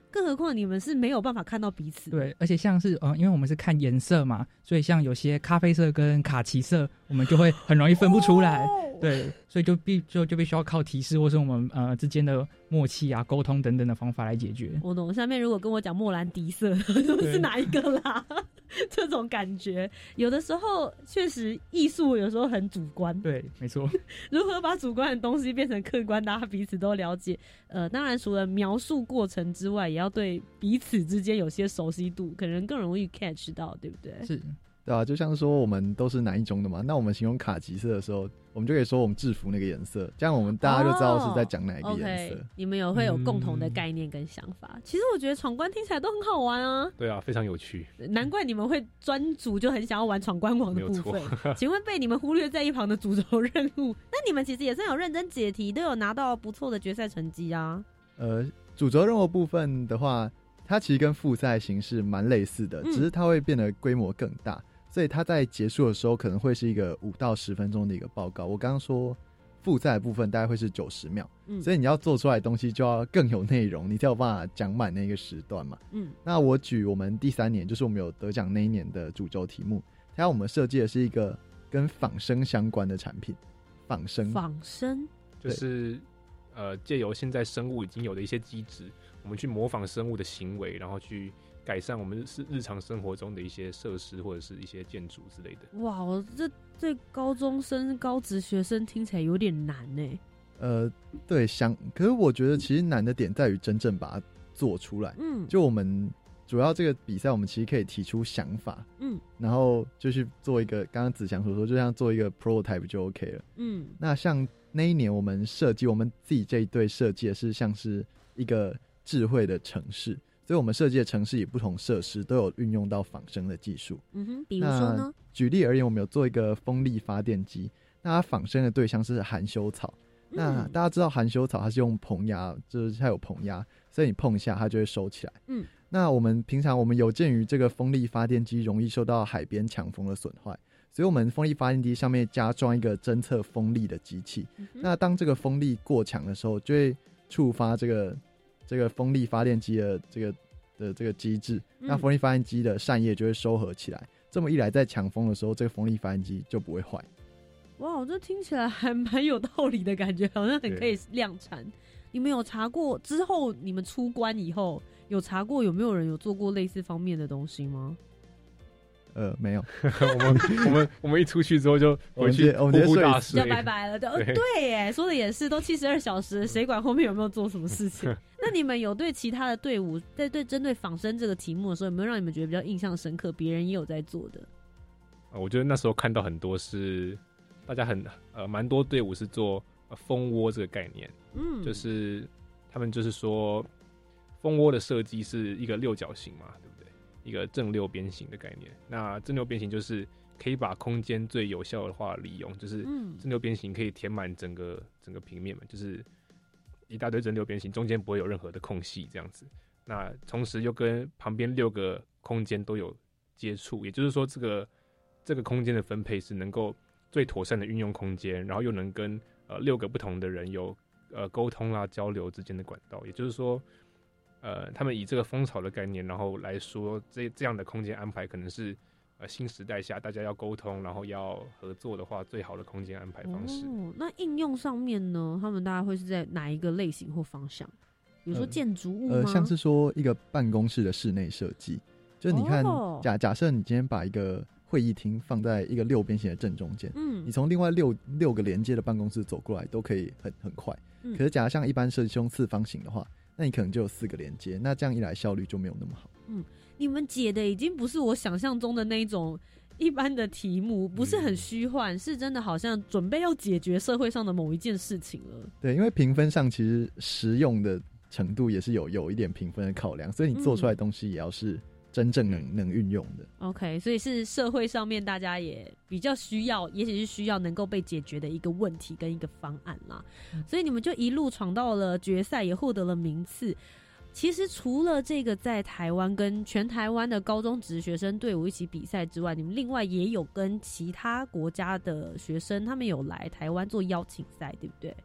更何况你们是没有办法看到彼此。 对，而且像是因为我们是看颜色嘛，所以像有些咖啡色跟卡其色，我们就会很容易分不出来。对，所以就必须要靠提示或是我们之间的默契啊、沟通等等的方法来解决。 我懂，下面如果跟我讲莫兰迪色，是哪一个啦？这种感觉，有的时候确实艺术有时候很主观。 对，没错。 如何把主观的东西变成客观，大家彼此都了解。当然除了描述过程之外，也要对彼此之间有些熟悉度，可能更容易 catch 到，对不对？ 是。 对啊，就像说我们都是南一中的嘛，那我们形容卡其色的时候，我们就可以说我们制服那个颜色，这样我们大家就知道是在讲哪一个颜色。 Okay, 你们会有共同的概念跟想法。其实我觉得闯关听起来都很好玩啊。 对啊，非常有趣。 难怪你们会专组，就很想要玩闯关网的部分。请问被你们忽略在一旁的主轴任务，那你们其实也是有认真解题，都有拿到不错的决赛成绩啊。 主轴任务部分的话，它其实跟复赛形式蛮类似的，只是它会变得规模更大。所以它在结束的时候可能会是一个5到10分钟的一个报告。我刚刚说复赛的部分大概会是90秒，所以你要做出来的东西就要更有内容，你才有办法讲满那个时段嘛。那我举我们第3年，就是我们有得奖那一年的主轴题目，它我们设计的是一个跟仿生相关的产品。仿生就是借由现在生物已经有的一些机制，我们去模仿生物的行为，然后去改善我们日常生活中的一些设施或者是一些建筑之类的。 哇，我这对高中生、高职学生听起来有点难呢。 对，可是我觉得其实难的点在于真正把它做出来。就我们主要这个比赛，我们其实可以提出想法，然后就去做一个刚刚子祥所说，就像做一个 prototype 就 OK 了。那像那一年我们自己这一队设计的是像是一个智慧的城市。所以我们设计的城市与不同设施都有运用到仿生的技术。 比如说呢？ 举例而言，我们有做一个风力发电机，那它仿生的对象是含羞草。那大家知道含羞草它是用膨压，就是它有膨压，所以你碰一下它就会收起来。那我们平常有鉴于这个风力发电机容易受到海边强风的损坏，所以我们风力发电机上面加装一个侦测风力的机器。那当这个风力过强的时候，就会触发这个风力发电机的这个机制，那风力发电机的扇叶就会收合起来。这么一来，在强风的时候，这个风力发电机就不会坏。 哇，这听起来还蛮有道理的感觉，好像很可以量产。你们有查过之后，你们出关以后有查过有没有人有做过类似方面的东西吗？ 没有。 我们一出去之后就回去呼呼大睡， 就拜拜了。对耶，说的也是，都72小时，谁管后面有没有做什么事情？那你们有对其他的队伍在针对仿生这个题目的时候，有没有让你们觉得比较印象深刻？别人也有在做的？ 我觉得那时候看到很多是大家蛮多队伍是做蜂窝这个概念，就是他们就是说蜂窝的设计是一个6角形嘛，对不对？一个正6边形的概念。那正6边形就是可以把空间最有效的话利用，就是正6边形可以填满整个平面嘛，就是一大堆正6边形，中间不会有任何的空隙这样子。那同时又跟旁边6个空间都有接触，也就是说这个空间的分配是能够最妥善的运用空间，然后又能跟6个不同的人有沟通啦、交流之间的管道。也就是说他们以这个蜂巢的概念，然后来说这样的空间安排可能是新时代下大家要沟通然后要合作的话最好的空间安排方式。 那应用上面呢，他们大概会是在哪一个类型或方向？比如说建筑物吗？ 像是说一个办公室的室内设计，就你看假设你今天把一个会议厅放在一个6边形的正中间，你从另外六个连接的办公室走过来都可以很快。可是假如像一般设计用4方形的话，那你可能就有4个连接，那这样一来效率就没有那么好。 你们解的已经不是我想象中的那一种一般的题目，不是很虚幻，是真的好像准备要解决社会上的某一件事情了。 对，因为评分上其实实用的程度也是有一点评分的考量，所以你做出来的东西也要是真正能运用的。 OK， 所以是社会上面大家也比较需要，也许是需要能够被解决的一个问题跟一个方案啦。所以你们就一路闯到了决赛，也获得了名次。其实除了这个在台湾跟全台湾的高中职学生队伍一起比赛之外，你们另外也有跟其他国家的学生他们有来台湾做邀请赛，对不对？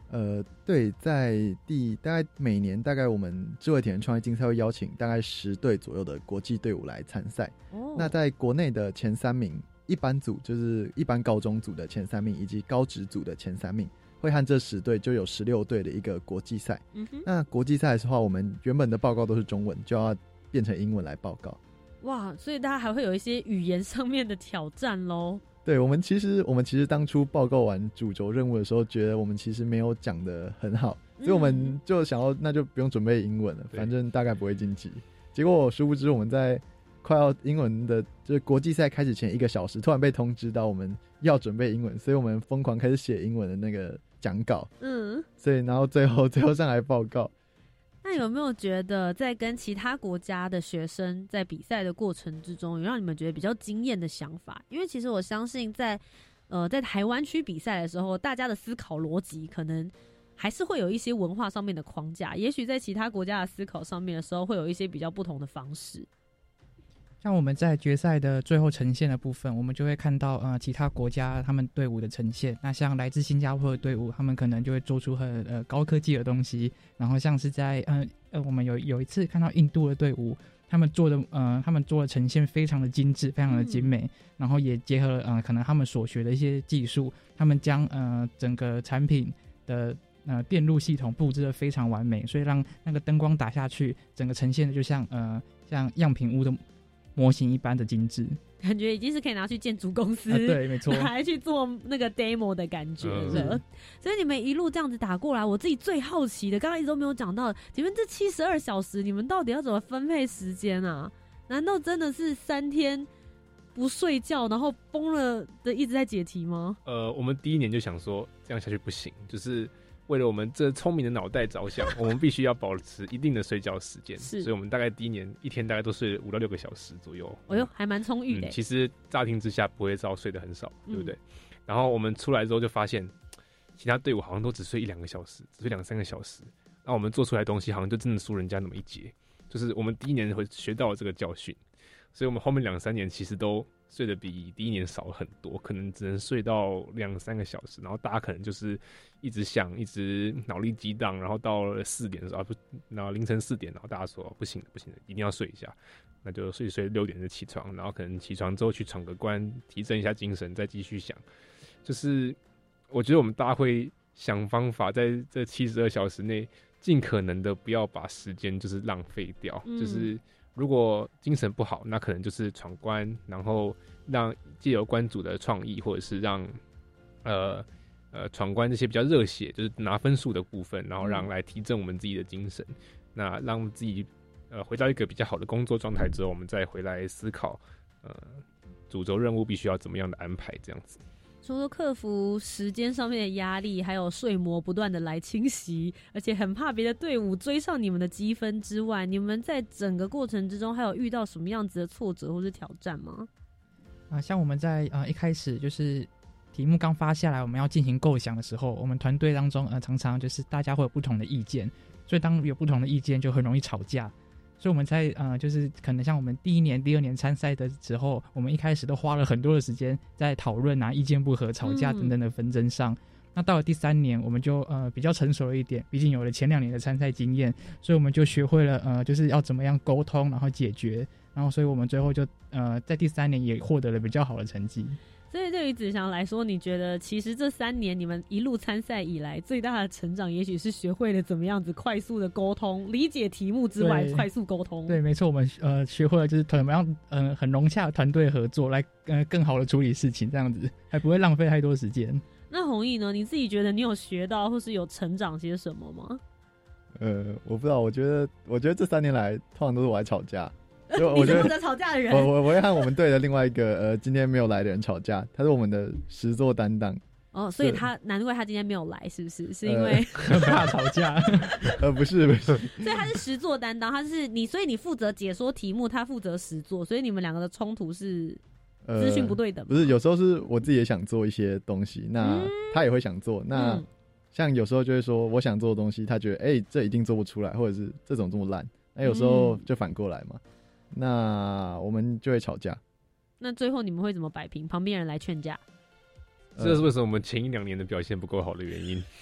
对，在大概每年大概我们智慧体能创业竞赛会邀请大概10队左右的国际队伍来参赛。那在国内的前3名，一般组就是一般高中组的前3名，以及高职组的前3名，会和这10队就有16队的一个国际赛。那国际赛的话，我们原本的报告都是中文，就要变成英文来报告。 哇，所以大家还会有一些语言上面的挑战咯。 对，我们其实当初报告完主轴任务的时候，觉得我们其实没有讲得很好，所以我们就想要那就不用准备英文了，反正大概不会晋级。结果殊不知我们在快要英文的就是国际赛开始前1个小时，突然被通知到我们要准备英文，所以我们疯狂开始写英文的那个讲稿。所以然后最后上来报告。 那有没有觉得在跟其他国家的学生在比赛的过程之中，有让你们觉得比较惊艳的想法？因为其实我相信在台湾区比赛的时候，大家的思考逻辑可能还是会有一些文化上面的框架，也许在其他国家的思考上面的时候，会有一些比较不同的方式。 像我们在决赛的最后呈现的部分，我们就会看到其他国家他们队伍的呈现。那像来自新加坡的队伍，他们可能就会做出很高科技的东西。然后像是在我们有一次看到印度的队伍，他们做的呈现非常的精致，非常的精美。然后也结合了可能他们所学的一些技术，他们将整个产品的电路系统布置得非常完美，所以让那个灯光打下去，整个呈现的就像样品屋的模型一般的精致， 感觉已经是可以拿去建筑公司， 对，没错， 还去做那个 demo 的感觉了。所以你们一路这样子打过来，我自己最好奇的，刚刚一直都没有讲到，你们这72小时，你们到底要怎么分配时间啊？难道真的是3天不睡觉，然后疯了的一直在解题吗？ 我们第1年就想说，这样下去不行，就是为了我们这聪明的脑袋着想，我们必须要保持一定的睡觉时间。所以我们大概第1年1天大概都睡5到6个小时左右。 哎呦，还蛮充裕的。 其实乍听之下不会知道睡得很少，对不对？然后我们出来之后就发现，其他队伍好像都只睡1-2个小时，只睡2-3个小时。那我们做出来的东西好像就真的输人家那么一截。就是我们第1年会学到了这个教训，所以我们后面2-3年其实都睡得比第1年少很多，可能只能睡到2-3个小时，然后大家可能就是一直想，一直脑力激荡，然后到了4点的时候，然后凌晨4点，然后大家说不行了，一定要睡一下，那就睡6点就起床，然后可能起床之后去闯个关，提振一下精神，再继续想。就是我觉得我们大家会想方法，在这72小时内，尽可能的不要把时间就是浪费掉，就是如果精神不好，那可能就是闯关，然后让藉由关主的创意，或者是让闯关这些比较热血，就是拿分数的部分，然后让来提振我们自己的精神，那让自己回到一个比较好的工作状态之后，我们再回来思考主轴任务必须要怎么样的安排，这样子。 除了克服时间上面的压力，还有睡魔不断的来侵袭，而且很怕别的队伍追上你们的积分之外，你们在整个过程之中还有遇到什么样子的挫折或是挑战吗？ 像我们在一开始就是题目刚发下来，我们要进行构想的时候，我们团队当中常常就是大家会有不同的意见，所以当有不同的意见就很容易吵架。所以我们在就是可能像我们第1年、第2年参赛的时候，我们一开始都花了很多的时间在讨论意见不合、吵架等等的纷争上。那到了第3年，我们就比较成熟了一点，毕竟有了前2年的参赛经验，所以我们就学会了就是要怎么样沟通，然后解决，然后所以我们最后就在第3年也获得了比较好的成绩。 所以对于子祥来说，你觉得其实这3年你们一路参赛以来最大的成长，也许是学会了怎么样子快速的沟通，理解题目之外快速沟通。 对，没错，我们学会了就是怎么样很融洽团队合作，来更好的处理事情，这样子还不会浪费太多时间。 那弘毅呢？你自己觉得你有学到或是有成长些什么吗？ 我不知道，我觉得这3年来通常都是我来吵架。 你是负责吵架的人。 我会和我们队的另外一个今天没有来的人吵架，他是我们的实作担当。 哦，所以难怪他今天没有来，是不是？是因为很怕吵架？ 不是。 所以他是实作担当，所以你负责解说题目，他负责实作，所以你们2个的冲突是资讯不对等。 不是，有时候是我自己也想做一些东西，那他也会想做。那像有时候就会说我想做的东西，他觉得这一定做不出来，或者是这种这么烂。那有时候就反过来嘛。那我们就会吵架。 那最后你们会怎么摆平？旁边人来劝架。 这是为什么我们前1-2年的表现不够好的原因。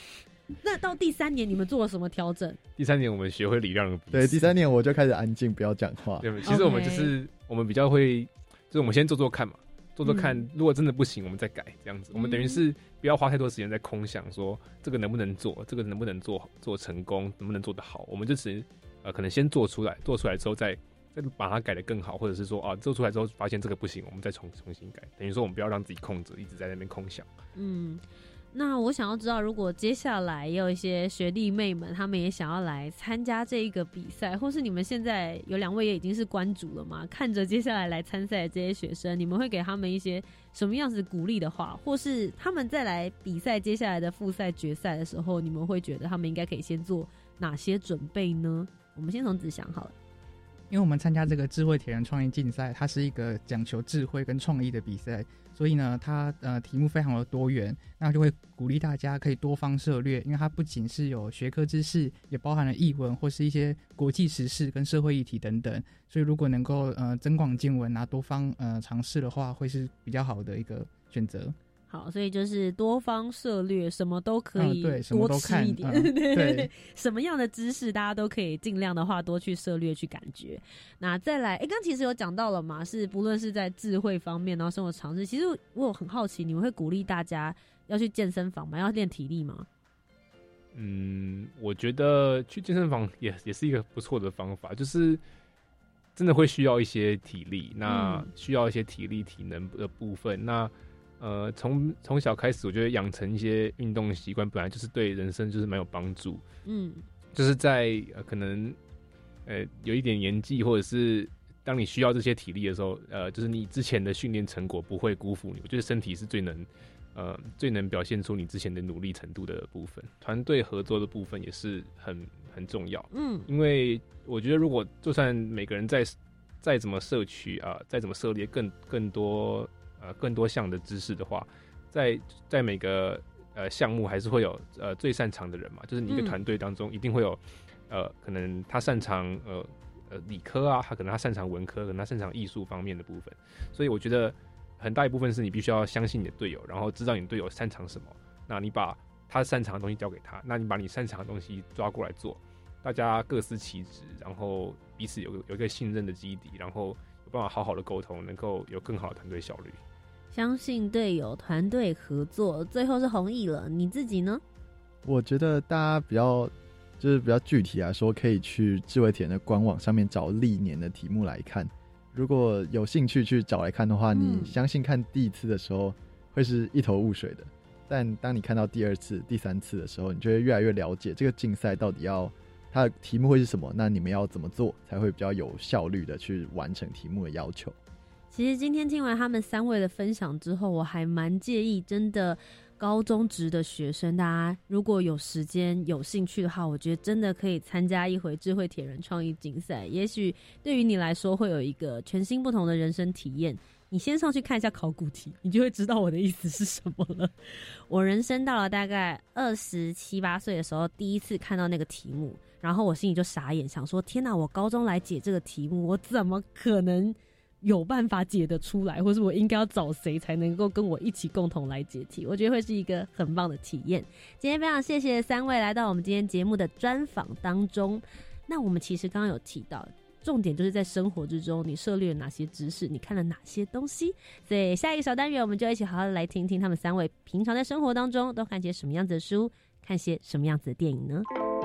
那到第3年你们做了什么调整？ 第3年我们学会礼让的彼此。 对，第3年我就开始安静，不要讲话。 对，其实我们就是我们比较会，就是我们先做做看嘛，做做看，如果真的不行，我们再改这样子。我们等于是不要花太多时间在空想说这个能不能做，这个能不能做成功，能不能做得好，我们就只可能先做出来，做出来之后再把它改得更好，或者是说做出来之后发现这个不行，我们再重新改。等于说我们不要让自己空着，一直在那边空想。 那我想要知道，如果接下来也有一些学弟妹们，他们也想要来参加这一个比赛，或是你们现在有2位也已经是关主了嘛，看着接下来参赛的这些学生，你们会给他们一些什么样子鼓励的话，或是他们再来比赛接下来的复赛决赛的时候，你们会觉得他们应该可以先做哪些准备呢？我们先从子祥好了。 因为我们参加这个智慧铁人创意竞赛，它是一个讲求智慧跟创意的比赛，所以呢，它题目非常的多元，那就会鼓励大家可以多方涉猎，因为它不仅是有学科知识，也包含了艺文或是一些国际时事跟社会议题等等，所以如果能够增广见闻多方尝试的话，会是比较好的一个选择。 好，所以就是多方涉猎，什么都可以多吃一点， 对， 什么样的知识大家都可以尽量的话多去涉猎去感觉。那再来，刚其实有讲到了嘛，是不论是在智慧方面，然后生活常识，其实我有很好奇，你们会鼓励大家要去健身房吗？要练体力吗？ 我觉得去健身房也是一个不错的方法，就是真的会需要一些体力，那需要一些体力体能的部分，那从小开始，我觉得养成一些运动习惯，本来就是对人生就是蛮有帮助。就是在可能有一点年纪，或者是当你需要这些体力的时候，就是你之前的训练成果不会辜负你。我觉得身体是最能表现出你之前的努力程度的部分。团队合作的部分也是很重要。因为我觉得如果就算每个人再怎么摄取再怎么涉猎更多项的知识的话，在每个项目还是会有最擅长的人嘛，就是你一个团队当中一定会有可能他擅长理科他可能他擅长文科，可能他擅长艺术方面的部分，所以我觉得很大一部分是你必须要相信你的队友，然后知道你的队友擅长什么，那你把他擅长的东西交给他，那你把你擅长的东西抓过来做，大家各司其职，然后彼此有一个信任的基底，然后有办法好好的沟通，能够有更好的团队效率。 相信队友，团队合作，最后是弘毅了。你自己呢？ 我觉得大家比较具体来说，可以去智慧铁人的官网上面找历年的题目来看。如果有兴趣去找来看的话，你相信看第一次的时候会是一头雾水的，但当你看到第2次、第3次的时候，你就会越来越了解这个竞赛到底它的题目会是什么，那你们要怎么做才会比较有效率的去完成题目的要求。 其实今天听完他们3位的分享之后，我还蛮介意，真的高中职的学生，大家如果有时间有兴趣的话，我觉得真的可以参加一回智慧铁人创意竞赛，也许对于你来说会有一个全新不同的人生体验。你先上去看一下考古题，你就会知道我的意思是什么了。我人生到了大概27、28岁的时候，第一次看到那个题目，然后我心里就傻眼，想说天哪，我高中来解这个题目，我怎么可能有办法解得出来，或是我应该要找谁才能够跟我一起共同来解题。我觉得会是一个很棒的体验。今天非常谢谢3位来到我们今天节目的专访当中。那我们其实刚刚有提到，重点就是在生活之中你涉猎了哪些知识，你看了哪些东西，所以下一个小单元我们就一起好好的来听听他们3位平常在生活当中都看些什么样子的书，看些什么样子的电影呢？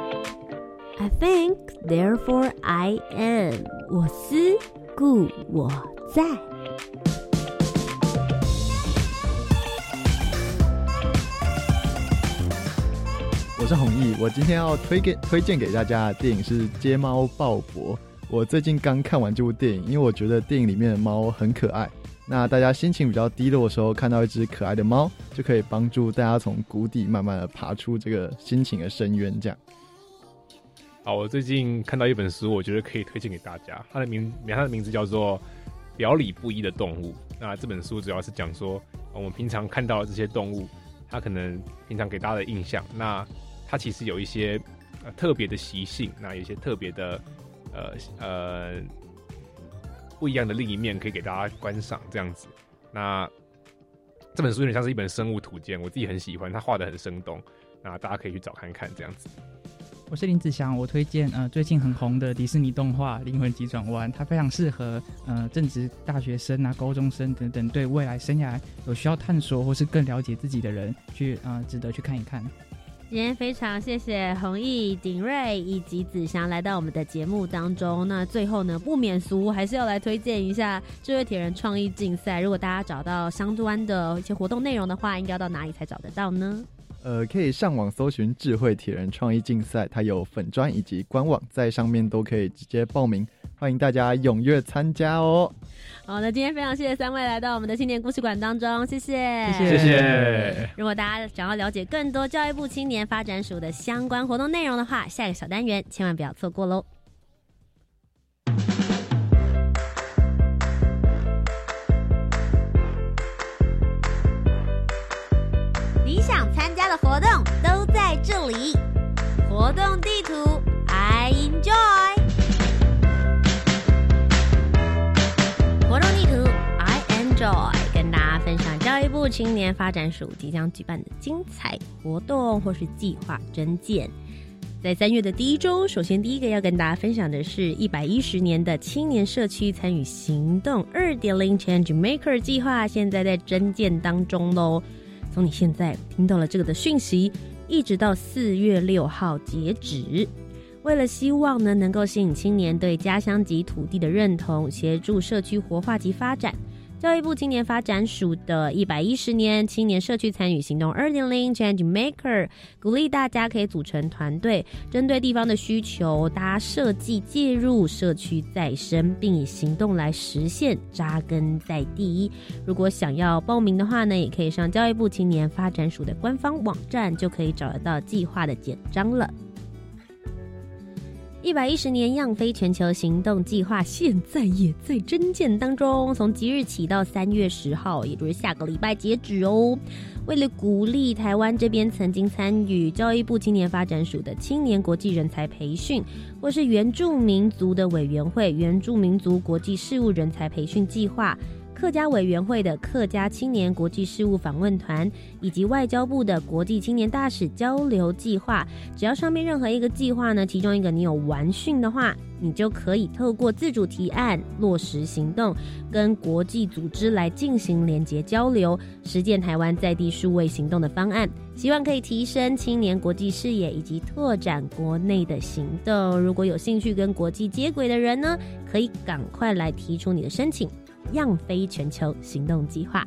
I think therefore I am， 我思故我在。 我是弘毅，我今天要推荐给大家的电影是《街猫鲍勃》。我最近刚看完这部电影，因为我觉得电影里面的猫很可爱。那大家心情比较低落的时候，看到一只可爱的猫，就可以帮助大家从谷底慢慢的爬出这个心情的深渊。这样。 好，我最近看到一本书，我觉得可以推荐给大家。它的名字叫做《表里不一的动物》。那这本书主要是讲说，我们平常看到的这些动物，它可能平常给大家的印象，那它其实有一些特别的习性，那有一些特别的不一样的另一面可以给大家观赏，这样子。那这本书有点像是一本生物图鉴，我自己很喜欢，它画得很生动，那大家可以去找看看这样子。 我是林子祥，我推荐最近很红的迪士尼动画《灵魂急转弯》，它非常适合正值大学生啊、高中生等等对未来生涯有需要探索或是更了解自己的人去值得去看一看。 今天非常谢谢弘毅、鼎瑞以及子祥来到我们的节目当中。那最后呢，不免俗还是要来推荐一下智慧铁人创意竞赛。如果大家找到相关的一些活动内容的话，应该要到哪里才找得到呢？ 可以上网搜寻智慧铁人创意竞赛，它有粉专以及官网，在上面都可以直接报名，欢迎大家踊跃参加哦。 好，那今天非常谢谢3位来到我们的青年故事馆当中，谢谢， 谢谢。 如果大家想要了解更多教育部青年发展署的相关活动内容的话，下一个小单元千万不要错过咯。你想参加的活动都在这里，活动地图 I enjoy， 活动地图 I enjoy， 跟大家分享教育部青年发展署即将举办的精彩活动或是计划征件。在3月的第一周，首先第一个要跟大家分享的是110年的青年社区参与行动 2.0 Change Maker 计划，现在在征件当中咯。从你现在听到了这个的讯息，一直到4月6号截止。为了希望呢能够吸引青年对家乡及土地的认同，协助社区活化及发展，教育部青年发展署的110年青年社区参与行动 2.0 Change Maker 鼓励大家可以组成团队，针对地方的需求，大家设计介入社区再生，并以行动来实现扎根在地。如果想要报名的话呢，也可以上教育部青年发展署的官方网站，就可以找得到计划的简章了。110年样飞全球行动计划现在也在征件当中，从即日起到3月10号，也就是下个礼拜截止哦。为了鼓励台湾这边曾经参与教育部青年发展署的青年国际人才培训，或是原住民族的委员会原住民族国际事务人才培训计划，客家委员会的客家青年国际事务访问团，以及外交部的国际青年大使交流计划，只要上面任何一个计划呢，其中一个你有完训的话，你就可以透过自主提案落实行动，跟国际组织来进行连结交流，实践台湾在地数位行动的方案，希望可以提升青年国际视野以及拓展国内的行动。如果有兴趣跟国际接轨的人呢，可以赶快来提出你的申请，样飞全球行动计划。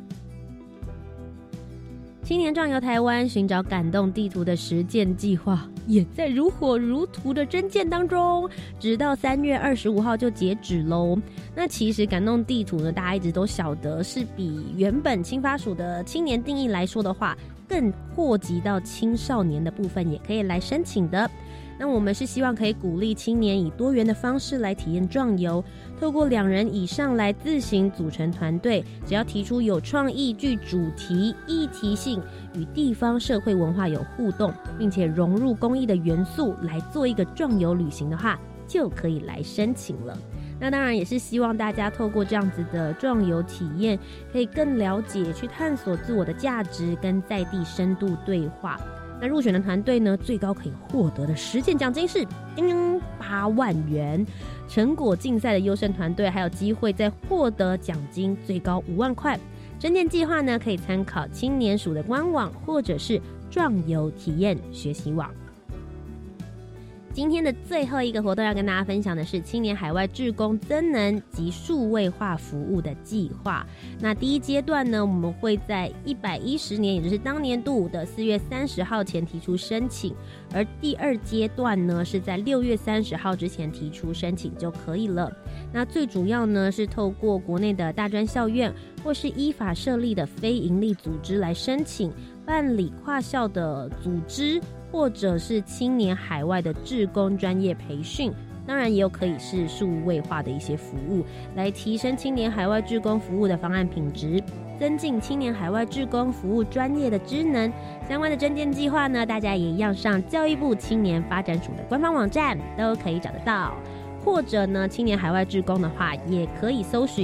青年壮游台湾寻找感动地图的实践计划也在如火如荼的征件当中，直到3月25号就截止咯。那其实感动地图呢，大家一直都晓得是比原本青发署的青年定义来说的话，更扩及到青少年的部分也可以来申请的。那我们是希望可以鼓励青年以多元的方式来体验壮游，透过2人以上来自行组成团队，只要提出有创意、具主题、议题性，与地方社会文化有互动，并且融入公益的元素来做一个壮游旅行的话，就可以来申请了。那当然也是希望大家透过这样子的壮游体验，可以更了解、去探索自我的价值，跟在地深度对话。那入选的团队呢，最高可以获得的实践奖金是8万元，成果竞赛的优胜团队还有机会再获得奖金最高5万块。征件计划呢，可以参考青年署的官网或者是壮游体验学习网。今天的最后一个活动要跟大家分享的是青年海外志工增能及数位化服务的计划。那第一阶段呢，我们会在110年，也就是当年度的4月30号前提出申请，而第2阶段呢，是在6月30号之前提出申请就可以了。那最主要呢，是透过国内的大专校院或是依法设立的非营利组织来申请，办理跨校的组织，或者是青年海外的志工专业培训，当然也有可以是数位化的一些服务，来提升青年海外志工服务的方案品质，增进青年海外志工服务专业的职能。相关的征件计划呢，大家也一样上教育部青年发展署的官方网站都可以找得到，或者呢，青年海外志工的话，也可以搜寻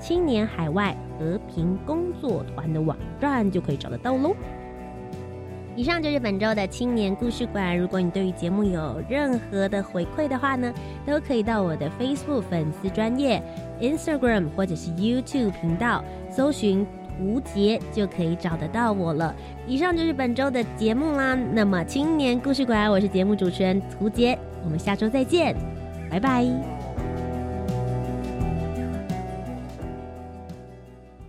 青年海外和平工作团的网站就可以找得到咯。以上就是本周的青年故事馆，如果你对于节目有任何的回馈的话呢，都可以到我的 Facebook 粉丝专页、Instagram 或者是 YouTube 频道搜寻涂杰就可以找得到我了。以上就是本周的节目啦。那么青年故事馆，我是节目主持人涂杰，我们下周再见，拜拜。